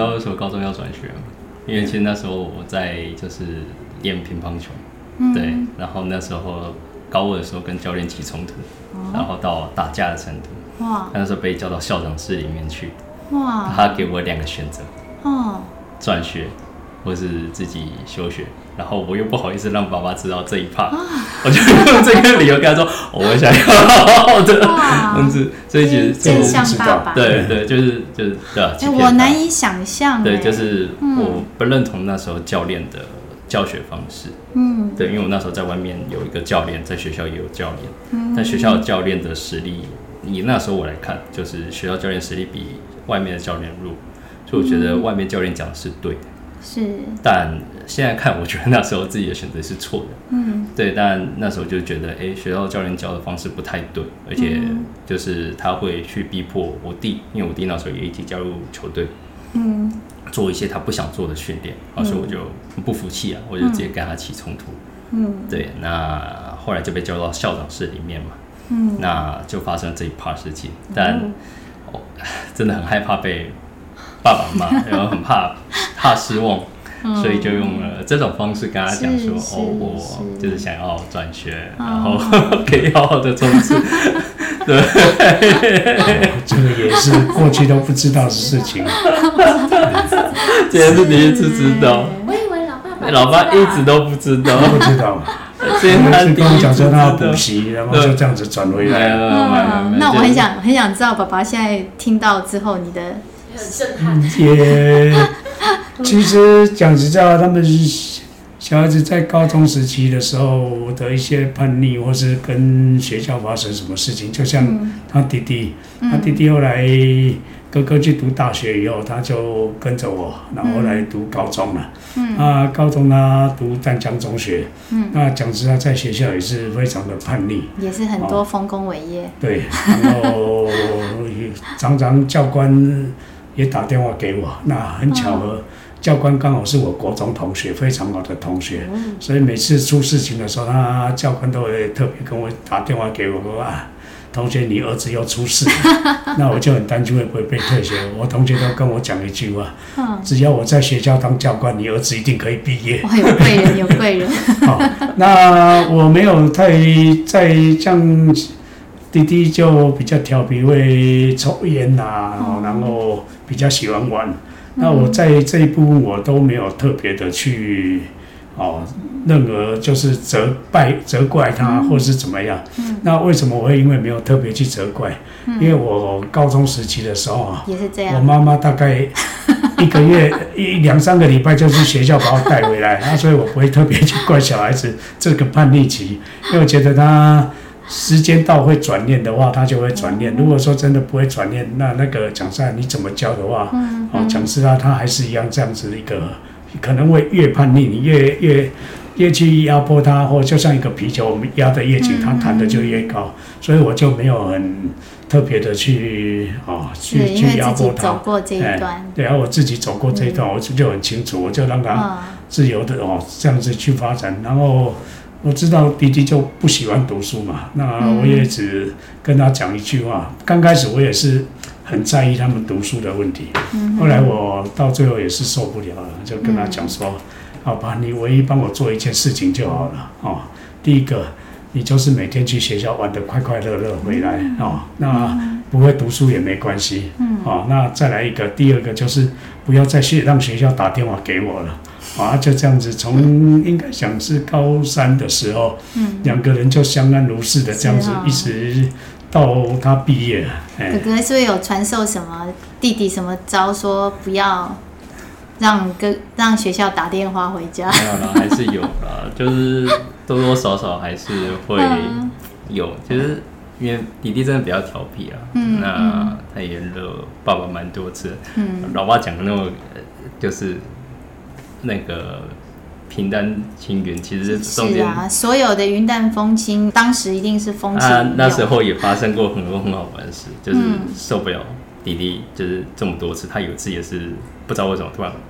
道为什么高中要转学吗？因为其实那时候我在就是练乒乓球，对，然后那时候高2的时候跟教练起冲突，然后到打架的程度。哇！那时候被叫到校长室里面去。哇！他给我2个选择。转学或是自己休学。然后我又不好意思让爸爸知道这一 part，我就用这个理由跟他说，我想要好好的，这样子，所以其实真相爸爸， 对，就是对啊， 我难以想象， 对，就是我不认同那时候教练的教学方式，对，因为我那时候在外面有一个教练，在学校也有教练，但学校教练的实力，以那时候我来看，就是学校教练实力比外面的教练弱，所以我觉得外面教练讲的是对的。是，但现在看，我觉得那时候自己的选择是错的。对，但那时候就觉得，学校教练教的方式不太对，而且就是他会去逼迫我弟，因为我弟那时候也一起加入球队，做一些他不想做的训练，所以我就不服气啊，我就直接跟他起冲突。对，那后来就被叫到校长室里面嘛，那就发生这一 part 事情，但真的很害怕被爸爸骂，然后很怕失望，所以就用了这种方式跟他讲说，我就是想要转学，然后可以好好的冲刺。对， 这个也是过去都不知道的事情。 今天是第一次知道， 我以为老爸一直都不知道， 不知道。 今天他跟我讲说他要补习，然后就这样子转回来。 那我很想知道爸爸现在听到之后你的。 很震撼。 其实讲实在话，他们小孩子在高中时期的时候的一些叛逆，或是跟学校发生什么事情，就像他弟弟，他弟弟后来哥哥去读大学以后，他就跟着我，然后来读高中了。高中他读淡江中学。那讲实在，在学校也是非常的叛逆， 也是很多丰功伟业。 对，然后常常教官也打电话给我，那很巧合，教官刚好是我国中同学，非常好的同学，所以每次出事情的时候，教官都会特别跟我打电话给我说同学，你儿子又出事了。那我就很担心会不会被退学。我同学都跟我讲一句话，只要我在学校当教官，你儿子一定可以毕业。 有贵人，有贵人。 那我没有太在像弟弟就比较调皮，会抽烟然后比较喜欢玩。那我在这一部分我都没有特别的去任何就是责怪他或是怎么样。那为什么我会因为没有特别去责怪？因为我高中时期的时候也是这样， 我妈妈大概1个月2-3个礼拜就去学校把我带回来，所以我不会特别去怪小孩子这个叛逆期，因为我觉得他时间到会转念的话，他就会转念。如果说真的不会转念，那个讲实在你怎么教的话，讲实在他还是一样这样子一个，可能会越叛逆，你越去压迫他，或就像一个皮球，我们压得越紧，他弹的就越高。所以我就没有很特别的去压迫他。 走过这一段， 对啊，我自己走过这一段，我就很清楚，我就让他自由的这样子去发展，然后。我知道弟弟就不喜欢读书嘛，那我也只跟他讲一句话。刚开始我也是很在意他们读书的问题，后来我到最后也是受不了了，就跟他讲说：“好吧，你唯一帮我做一件事情就好了第一个，你就是每天去学校玩得快快乐乐回来那不会读书也没关系那再来一个，第二个就是不要再让学校打电话给我了。”就这样子，从应该想是高3的时候，2个人就相安无事的这样子，一直到他毕业。 哥哥是不是有传授什么弟弟什么招，说不要让学校打电话回家？ 没有啦，还是有啦，就是多多少少还是会有，就是因为弟弟真的比较调皮那他也惹爸爸蛮多次。老爸讲的那种就是那个平淡青云，其实中间所有的云淡风轻，当时一定是风起云涌。 那时候也发生过很多很好玩的事，就是受不了弟弟就是这么多次，他有一次也是不知道为什么突然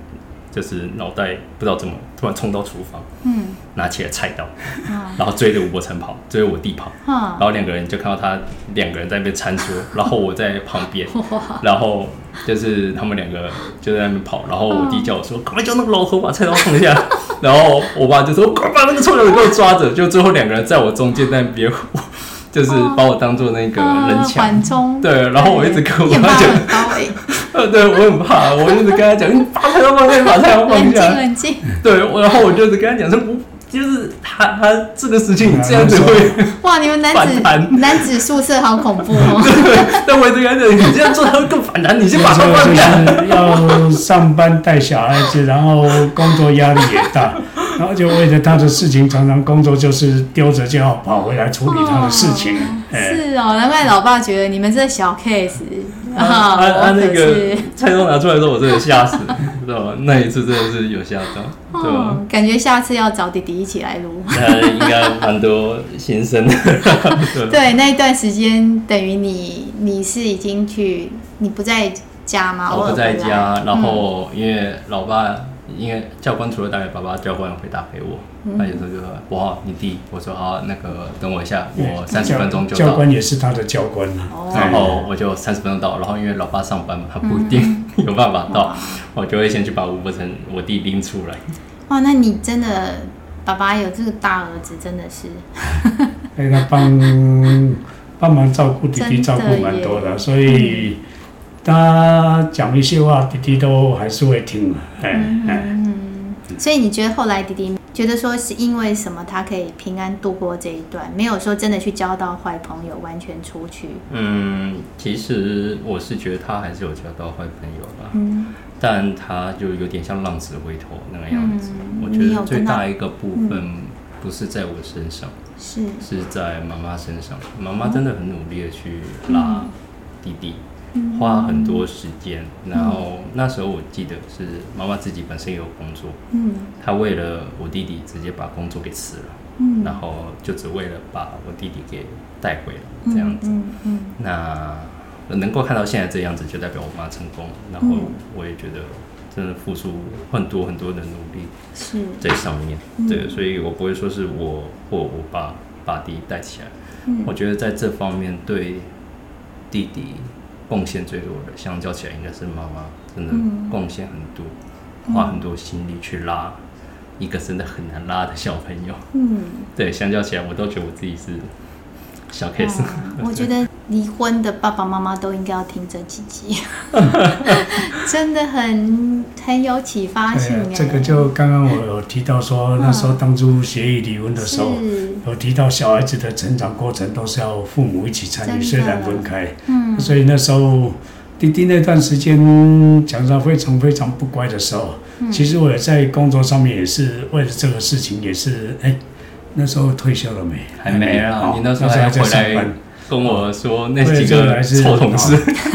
就是脑袋不知道怎么突然冲到厨房，拿起了菜刀，然后追着吴伯承跑，追着我弟跑，然后2个人就看到他2个人在那边餐桌，然后我在旁边，然后就是他们2个就在那边跑，然后我弟叫我说赶快叫那个老头把菜刀放下，然后我爸就说快把那个臭小子给我抓着，就最后2个人在我中间在那边。就是把我当做那个人墙， 缓冲。 对，然后我一直跟我妈讲，对，我很怕，我一直跟他讲，你把菜刀放下，把菜刀放下， 冷静。 对，然后我就一直跟他讲说，就是他这个事情，你这样子会哇，你们男子宿舍好恐怖哦。 对，但我一直跟他讲，你这样做他会更反弹，你先把他放下。 要上班带小孩子，然后工作压力也大。然后就为了他的事情，常常工作就是丢着就要跑回来处理他的事情。 是哦，难怪老爸觉得你们这小 case。 那个菜刀拿出来的时候，我真的吓死，知道吗？那一次真的是有吓到，对吧？ 感觉下次要找弟弟一起来录。 应该蛮多心声的。 对，那一段时间等于你是已经你不在家吗？ 我不在家，然后因为老爸。因为教官除了打给爸爸，教官会打给我。他有时候就说：“哇，你弟。”我说：“好，那个等我一下，我30分钟就到。” 教官也是他的教官啊。 然后我就30分钟到，然后因为老爸上班嘛，他不一定有办法到，我就会先去把吴伯承我弟拎出来。 哇，那你真的爸爸有这个大儿子，真的是。 他帮忙照顾弟弟，照顾蛮多的，所以。他讲一些话，弟弟都还是会听嘛。 所以你觉得后来弟弟觉得说是因为什么，他可以平安度过这一段，没有说真的去交到坏朋友，完全出去？ 其实我是觉得他还是有交到坏朋友啦。但他就有点像浪子回头那个样子。我觉得最大一个部分不是在我身上，是在妈妈身上。妈妈真的很努力的去拉弟弟。花很多时间，然后那时候我记得是妈妈自己本身也有工作，她为了我弟弟直接把工作给辞了，然后就只为了把我弟弟给带回来这样子。那能够看到现在这样子，就代表我妈成功，然后我也觉得真的付出很多很多的努力在上面。对，所以我不会说是我或我爸把弟弟带起来，我觉得在这方面对弟弟贡献最多的，相较起来应该是妈妈，真的贡献很多，花很多心力去拉一个真的很难拉的小朋友。对，相较起来，我都觉得我自己是小 case。 我觉得离婚的爸爸妈妈都应该要听这几集，真的很有启发性。 这个就刚刚我有提到说，那时候当初协议离婚的时候，有提到小孩子的成长过程都是要父母一起参与，虽然分开。所以那时候弟弟那段时间讲到非常非常不乖的时候，其实我也在工作上面也是为了这个事情，也是那时候退休了没？ 还没啊，你那时候还回来跟我说那几个臭同事。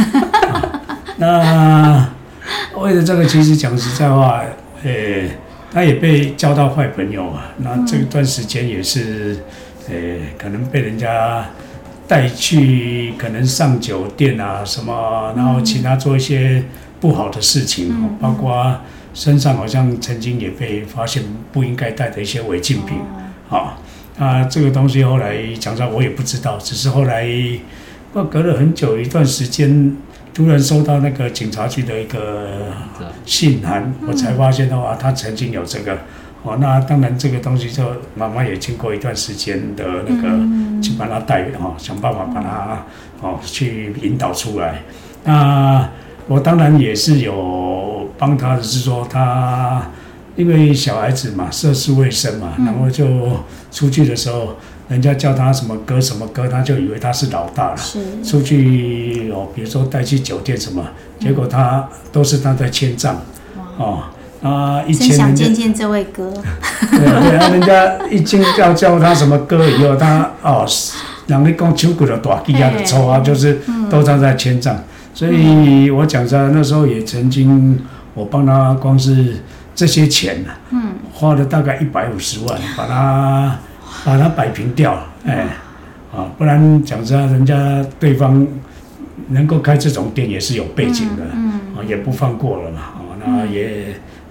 那为了这个，其实讲实在话，他也被交到坏朋友嘛。那这段时间也是，可能被人家带去，可能上酒店啊什么，然后请他做一些不好的事情，包括身上好像曾经也被发现不应该带的一些违禁品。这个东西后来讲到我也不知道，只是后来隔了很久一段时间，突然收到那个警察局的一个信函，我才发现的话，他曾经有这个。那当然这个东西就妈妈也经过一段时间的那个去把他带想办法把他去引导出来。那我当然也是有帮他的，是说他。因为小孩子嘛，涉世未深嘛，然后就出去的时候，人家叫他什么哥什么哥，他就以为他是老大了。出去比如说带去酒店什么，结果都是他在签账。 一签真想见见这位哥。 对，人家一经叫他什么哥以后，他人家讲手骨的大鸡啊的抽啊，就是都在签账。所以我讲实在，那时候也曾经我帮他光是。这些钱花了大概150万，把它摆平掉，不然讲实在，人家对方能够开这种店也是有背景的，也不放过了嘛，那也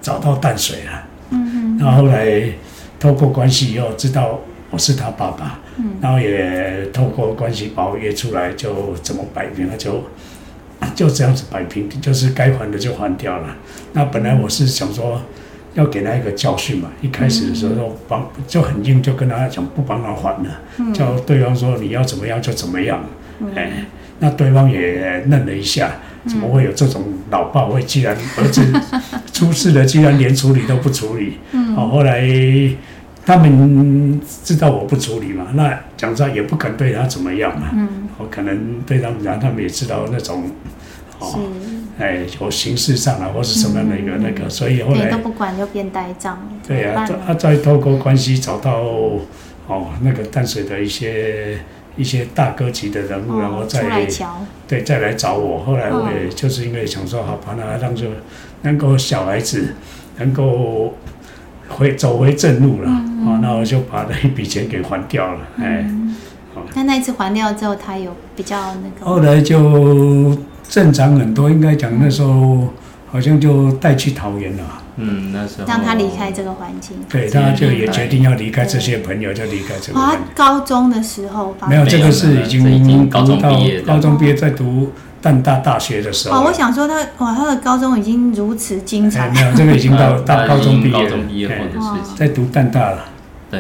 找到淡水了。然后后来透过关系以后知道我是他爸爸，然后也透过关系把我约出来，就怎么摆平了，就这样子摆平，就是该还的就还掉了。那本来我是想说要给他一个教训嘛，一开始的时候就很硬，就跟他讲不帮他还了，叫对方说你要怎么样就怎么样。那对方也愣了一下，怎么会有这种老爸会既然儿子出事了，竟然连处理都不处理？后来他们知道我不处理嘛，那讲实话也不敢对他怎么样嘛。可能对他们讲，他们也知道那种有形式上啊，或是什么样的一个那个，所以后来都不管就变呆账。 对啊，再透过关系找到那个淡水的一些大哥级的人物，然后再来找我。后来我也就是因为想说，好把它让能够小孩子能够走回正路了，那我就把那一笔钱给还掉了。 那一次还掉之后，他有比较那个？ 后来就正常很多，应该讲那时候好像就带去桃园了。 那时候让他离开这个环境。 对，他就也决定要离开这些朋友，就离开这个环境。 高中的时候没有，这个是已经高中毕业， 高中毕业在读淡大大学的时候。 我想说他的高中已经如此精彩。 没有，这个已经到高中毕业， 高中毕业后的事情， 在读淡大了。 对。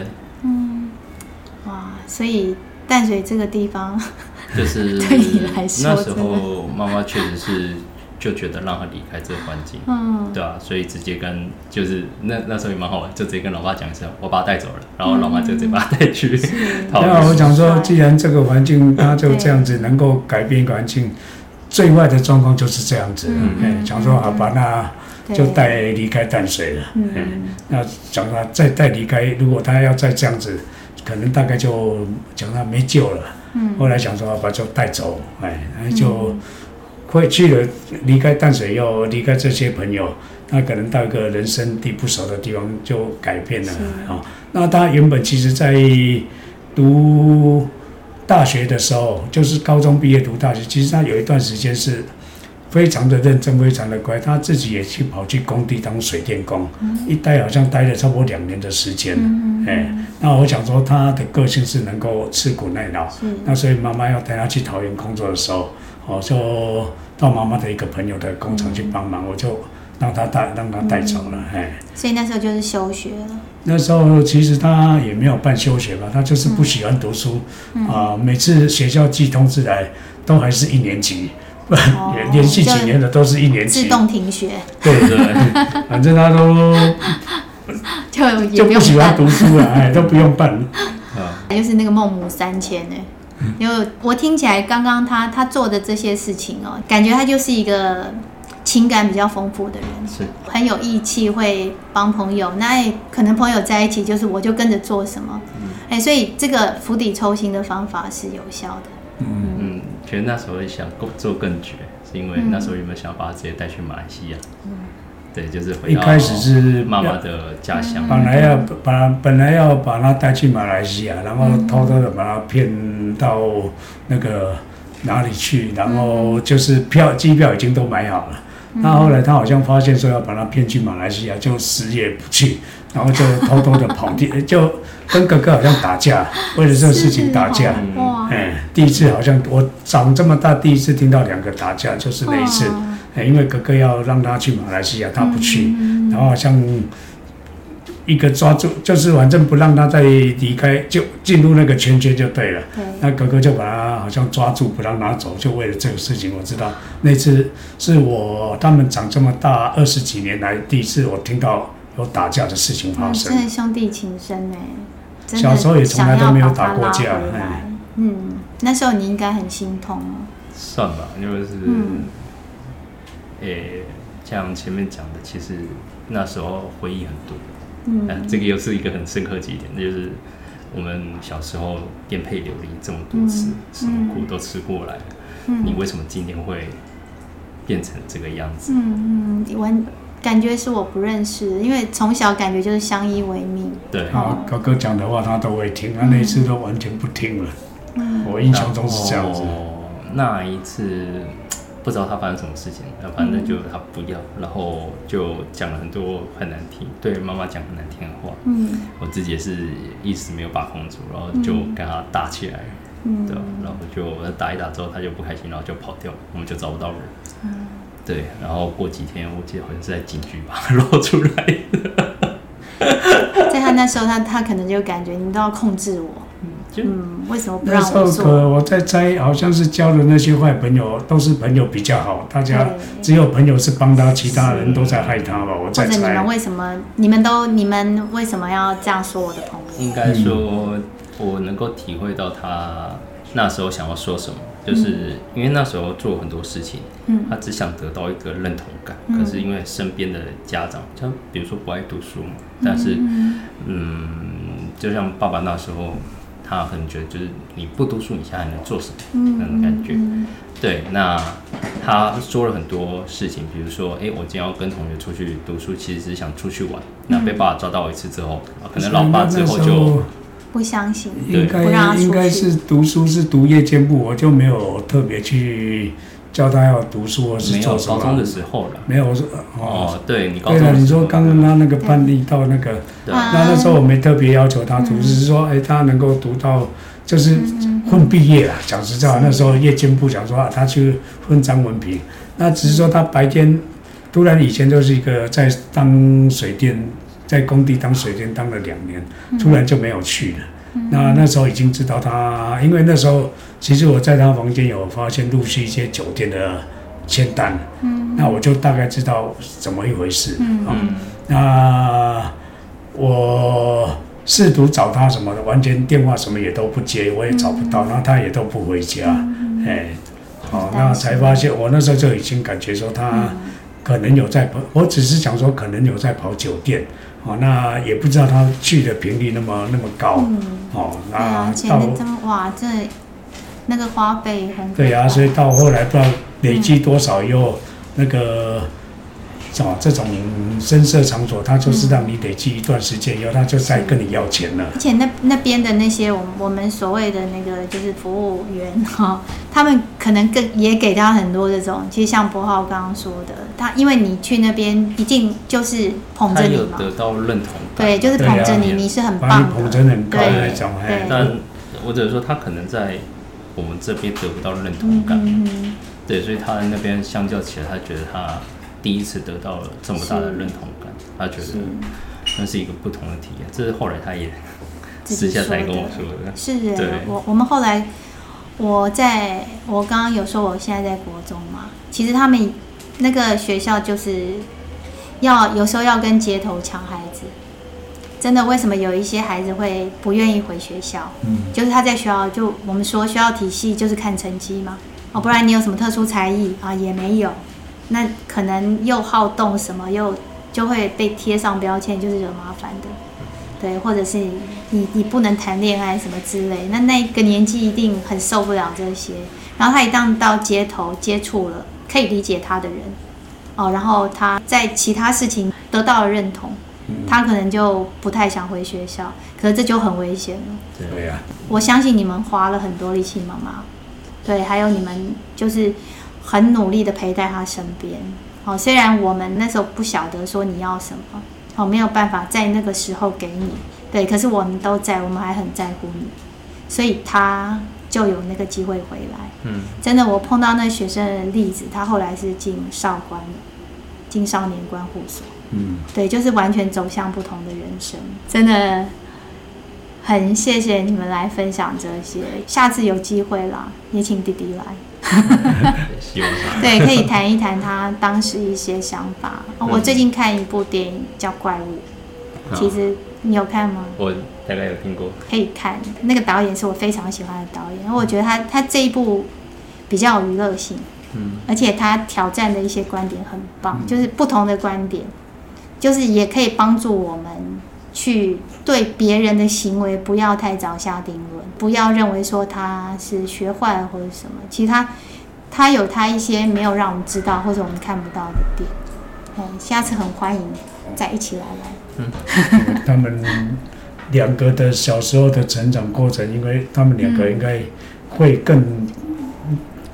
所以淡水这个地方， 就是对你来说， 那时候妈妈确实是就觉得让他离开这个环境，对啊，所以直接跟就是那时候也蛮好玩，就直接跟老爸讲一声，我把他带走了，然后老妈就直接把他带去。 那我讲说，既然这个环境他就这样子能够改变环境，最坏的状况就是这样子，讲说好把那就带离开淡水了，那讲他再带离开，如果他要再这样子，可能大概就讲他没救了。后来想说把就带走，就会去了，离开淡水又离开这些朋友，那可能到一个人生地不熟的地方就改变了。那他原本其实在读大学的时候，就是高中毕业读大学，其实他有一段时间是非常的认真，非常的乖，他自己也跑去工地当水电工，一待好像待了差不多2年的时间。那我想说他的个性是能够吃苦耐劳，那所以妈妈要带他去桃园工作的时候，就到妈妈的一个朋友的工厂去帮忙，我就让他带走了。 所以那时候就是休学了。 那时候其实他也没有办休学吧，他就是不喜欢读书，每次学校寄通知来都还是1年级。连续几年的都是1年级， 自动停学。 对，反正他都就不喜欢读书了，都不用办。 就是那个孟母三迁因为我听起来刚刚他做的这些事情感觉他就是一个情感比较丰富的人， 是很有义气，会帮朋友。那可能朋友在一起，就是我就跟着做什么，所以这个釜底抽薪的方法是有效的。 其实那时候想做更绝，是因为那时候有没有想要把他直接带去马来西亚？对，就是回到一开始是妈妈的家乡， 本来要把他带去马来西亚，然后偷偷的把他骗到那个哪里去，然后就是机票已经都买好了。那后来他好像发现说要把他骗去马来西亚，就死也不去，然后就偷偷的跑就跟哥哥好像打架，为了这个事情打架。第一次好像我长这么大第一次听到2个打架，就是那一次。因为哥哥要让他去马来西亚，他不去，然后好像一个抓住，就是反正不让他再离开，就进入那个圈圈就对了。那哥哥就把他好像抓住不让他走，就为了这个事情。我知道那次是他们长这么大20几年来第一次我听到有打架的事情发生。 真的兄弟情深小时候也从来都没有打过架。 那时候你应该很心痛算吧，就是像前面讲的，其实那时候回忆很多。这个又是一个很深刻的一点，就是我们小时候颠沛流离这么多次，什么苦都吃过来了，你为什么今天会变成这个样子？ 感觉是我不认识，因为从小感觉就是相依为命。 对， 哥哥讲的话他都会听，他那一次都完全不听了。我印象中是这样子。 那一次不知道他发生什么事情，反正就他不要，然后就讲了很多很难听，对妈妈讲很难听的话。我自己也是一时没有把控住，然后就跟他打起来。对，然后就打一打之后，他就不开心，然后就跑掉了，我们就找不到人。对，然后过几天，我记得好像是在警局把他露出来的。 在他那时候，他可能就感觉你们都要控制我。为什么不让我做？那时候我在猜，好像是交的那些坏朋友都是朋友比较好，大家只有朋友是帮他，其他人都在害他吧。我在猜。 或者你们为什么？你们为什么要这样说我的朋友？ 应该说，我能够体会到他那时候想要说什么，就是因为那时候做很多事情，他只想得到一个认同感。可是因为身边的家长，像比如说不爱读书嘛，但是就像爸爸那时候。他可能觉得就是你不读书，你现在还能做什么？那种感觉。对，那他说了很多事情，比如说，我今天要跟同学出去读书，其实是想出去玩。那被爸爸抓到一次之后，可能老爸之后就不相信， 应该是读书是读夜间部，我就没有特别去叫他要读书或是做什么。 没有高中的时候了， 没有对你高中的时候。对了，你说刚刚他那个叛逆到那个，那时候我没特别要求他读，只是说他能够读到就是混毕业啦。讲实在话，那时候夜间部讲说他去混张文凭，那只是说他白天突然以前就是一个在当水电，在工地当水电当了2年，突然就没有去了。那时候已经知道他，因为那时候其实我在他房间有发现陆续一些酒店的签单，那我就大概知道怎么一回事。那我试图找他什么的，完全电话什么也都不接，我也找不到，然后他也都不回家。那才发现我那时候就已经感觉说他可能有在跑，我只是想说可能有在跑酒店。那也不知道他去的频率那么高。 而且哇，这那个花费很对啊，所以到后来不知道累积多少以后，那个这种声色场所，他就是让你累积一段时间以后，他就再跟你要钱了。 而且那边的那些我们所谓的那个就是服务员他们可能也给他很多这种，其实像柏浩刚刚说的，他因为你去那边一定就是捧着你嘛， 他有得到认同感， 对，就是捧着你，你是很棒的， 把你捧成很高的那种。 但我只能说他可能在我们这边得不到认同感，对，所以他在那边相较起来，他觉得他第一次得到了这么大的认同感，他觉得那是一个不同的体验。这是后来他也私下才跟我说的。 是，我们后来，我刚刚有说我现在在国中嘛，其实他们那个学校就是有时候要跟街头抢孩子。真的，为什么有一些孩子会不愿意回学校？就是他在学校，就我们说学校体系就是看成绩嘛，不然你有什么特殊才艺啊也没有。那可能又好动什么，又就会被贴上标签，就是惹麻烦的，对，或者是你不能谈恋爱什么之类。那个年纪一定很受不了这些。然后他一旦到街头接触了可以理解他的人，然后他在其他事情得到了认同，他可能就不太想回学校。可是这就很危险了。 对呀， 我相信你们花了很多力气，妈妈，对，还有你们就是很努力的陪在他身边。虽然我们那时候不晓得说你要什么，没有办法在那个时候给你，对，可是我们都在，我们还很在乎你，所以他就有那个机会回来。真的，我碰到那学生的例子，他后来是进少管了，进少年观护所。对，就是完全走向不同的人生，真的很谢谢你们来分享这些。下次有机会啦，也请弟弟来。 希望对，可以谈一谈他当时一些想法。我最近看一部电影叫《怪物》，其实你有看吗？ 我大概有听过。 可以看，那个导演是我非常喜欢的导演，我觉得他这一部比较有娱乐性，而且他挑战的一些观点很棒，就是不同的观点，就是也可以帮助我们去对别人的行为不要太早下定论，不要认为说他是学坏了或者什么，其实他有他一些没有让我们知道或者我们看不到的点。下次很欢迎再一起来。 他们两个的小时候的成长过程，因为他们两个应该会更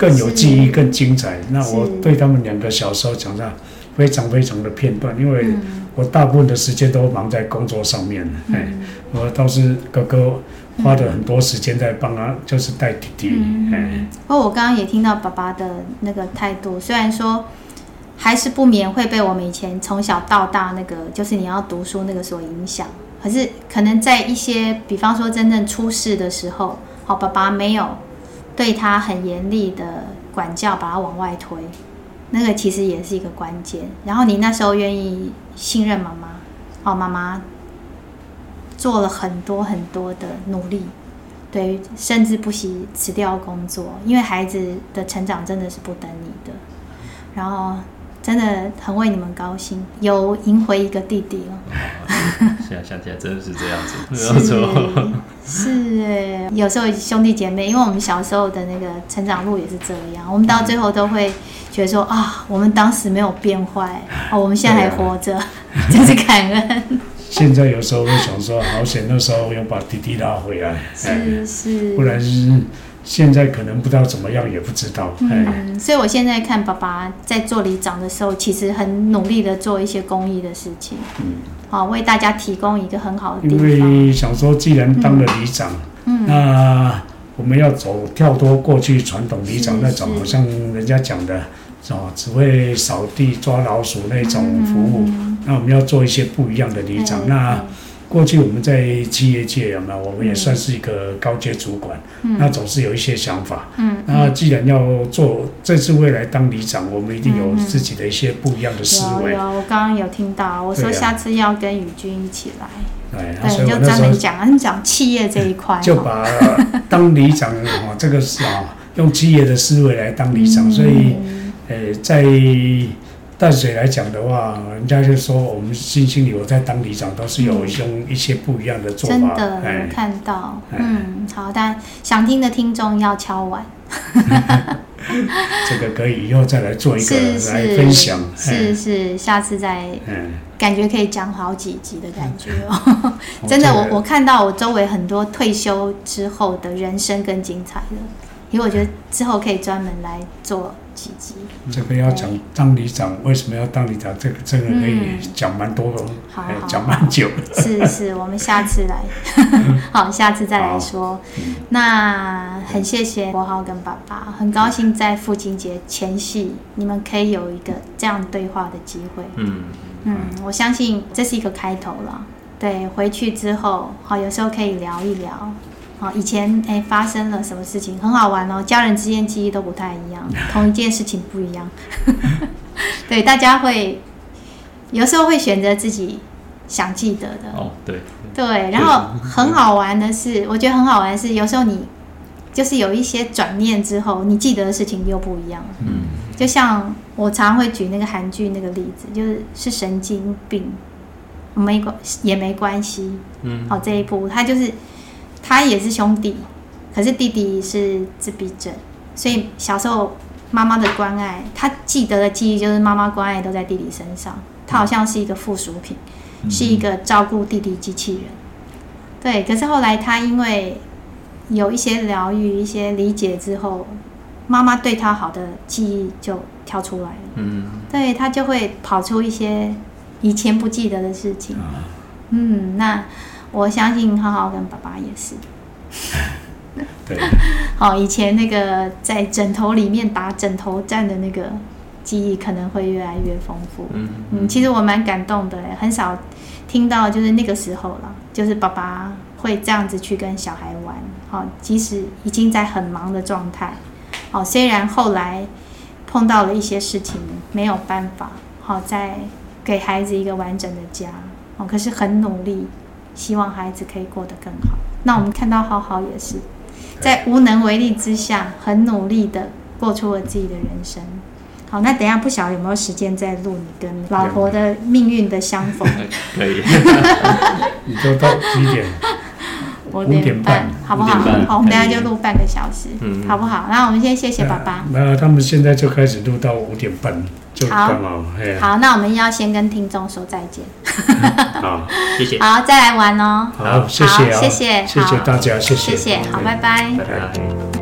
更有记忆、更精彩。那我对他们2个小时候讲的非常非常的片段，因为我大部分的时间都忙在工作上面。我倒是哥哥花了很多时间在帮他，就是带弟弟。 不过我刚刚也听到爸爸的那个态度，虽然说还是不免会被我们以前从小到大那个就是你要读书那个所影响，可是可能在一些比方说真正出事的时候，爸爸没有对他很严厉的管教，把他往外推，那个其实也是一个关键。然后你那时候愿意信任妈妈，妈妈做了很多很多的努力，对，甚至不惜辞掉工作，因为孩子的成长真的是不等你的。然后真的很为你们高兴，有赢回一个弟弟了。 现在想起来真的是这样子，没有错。 是有时候兄弟姐妹，因为我们小时候的那个成长路也是这样，我们到最后都会觉得说我们当时没有变坏，我们现在还活着，真是感恩。 现在有时候会想说，好险那时候要把弟弟拉回来， 是， 不然现在可能不知道怎么样，也不知道。 所以我现在看爸爸在做里长的时候，其实很努力的做一些公益的事情，为大家提供一个很好的地方。 因为想说，既然当了里长，那我们要跳脱过去传统里长那种，好像人家讲的，只会扫地抓老鼠那种服务。那我们要做一些不一样的里长。那过去我们在企业界我们也算是一个高阶主管，那总是有一些想法。那既然要做这次未来当里长，我们一定有自己的一些不一样的思维。 我刚刚有听到，我说下次要跟宇君一起来。 对， 就专门讲企业这一块， 就把当里长这个是用企业的思维来当里长，所以在淡水来讲的话，人家就说我们新兴里我在当里长都是有用一些不一样的做法。 真的有看到，好，但想听的听众要敲碗。 这个可以以后再来做一个来分享。 是，下次再感觉可以讲好几集的感觉哦。真的，我看到我周围很多退休之后的人生更精彩的，因为我觉得之后可以专门来做几集。 这个要讲当里长为什么要当里长，这个真的可以讲蛮多的，讲蛮久。 是，我们下次来，好，下次再来说。那很谢谢国豪跟爸爸，很高兴在父亲节前夕，你们可以有一个这样对话的机会。我相信这是一个开头了。对，回去之后，有时候可以聊一聊。以前发生了什么事情，很好玩哦。家人之间记忆都不太一样，同一件事情不一样。对，大家会有时候会选择自己想记得的。对，然后很好玩的是，我觉得很好玩的是，有时候你就是有一些转念之后，你记得的事情又不一样。就像我常会举那个韩剧那个例子，是神经病，也没关系。这一部他也是兄弟，可是弟弟是自闭症，所以小时候妈妈的关爱，他记得的记忆就是妈妈关爱都在弟弟身上，他好像是一个附属品，是一个照顾弟弟机器人。对，可是后来他因为有一些疗愈、一些理解之后，妈妈对他好的记忆就跳出来了。对，他就会跑出一些以前不记得的事情。那我相信浩浩跟爸爸也是。 对。 以前那个在枕头里面打枕头战的那个记忆可能会越来越丰富。其实我蛮感动的，很少听到就是那个时候了，就是爸爸会这样子去跟小孩玩。即使已经在很忙的状态，虽然后来碰到了一些事情没有办法，再给孩子一个完整的家，可是很努力。希望孩子可以过得更好。那我们看到浩浩也是在无能为力之下，很努力的过出了自己的人生。好，那等一下不晓得有没有时间再录你跟老婆的命运的相逢。 可以。 你就到几点？5点半， 好不好？好，我们等一下就录半个小时，好不好？那我们先谢谢爸爸。 他们现在就开始录到5点半。 好，那我们要先跟听众说再见。 好， 谢谢。 好，再来玩哦。 好，谢谢谢谢大家，谢谢。 好，拜拜。 拜拜。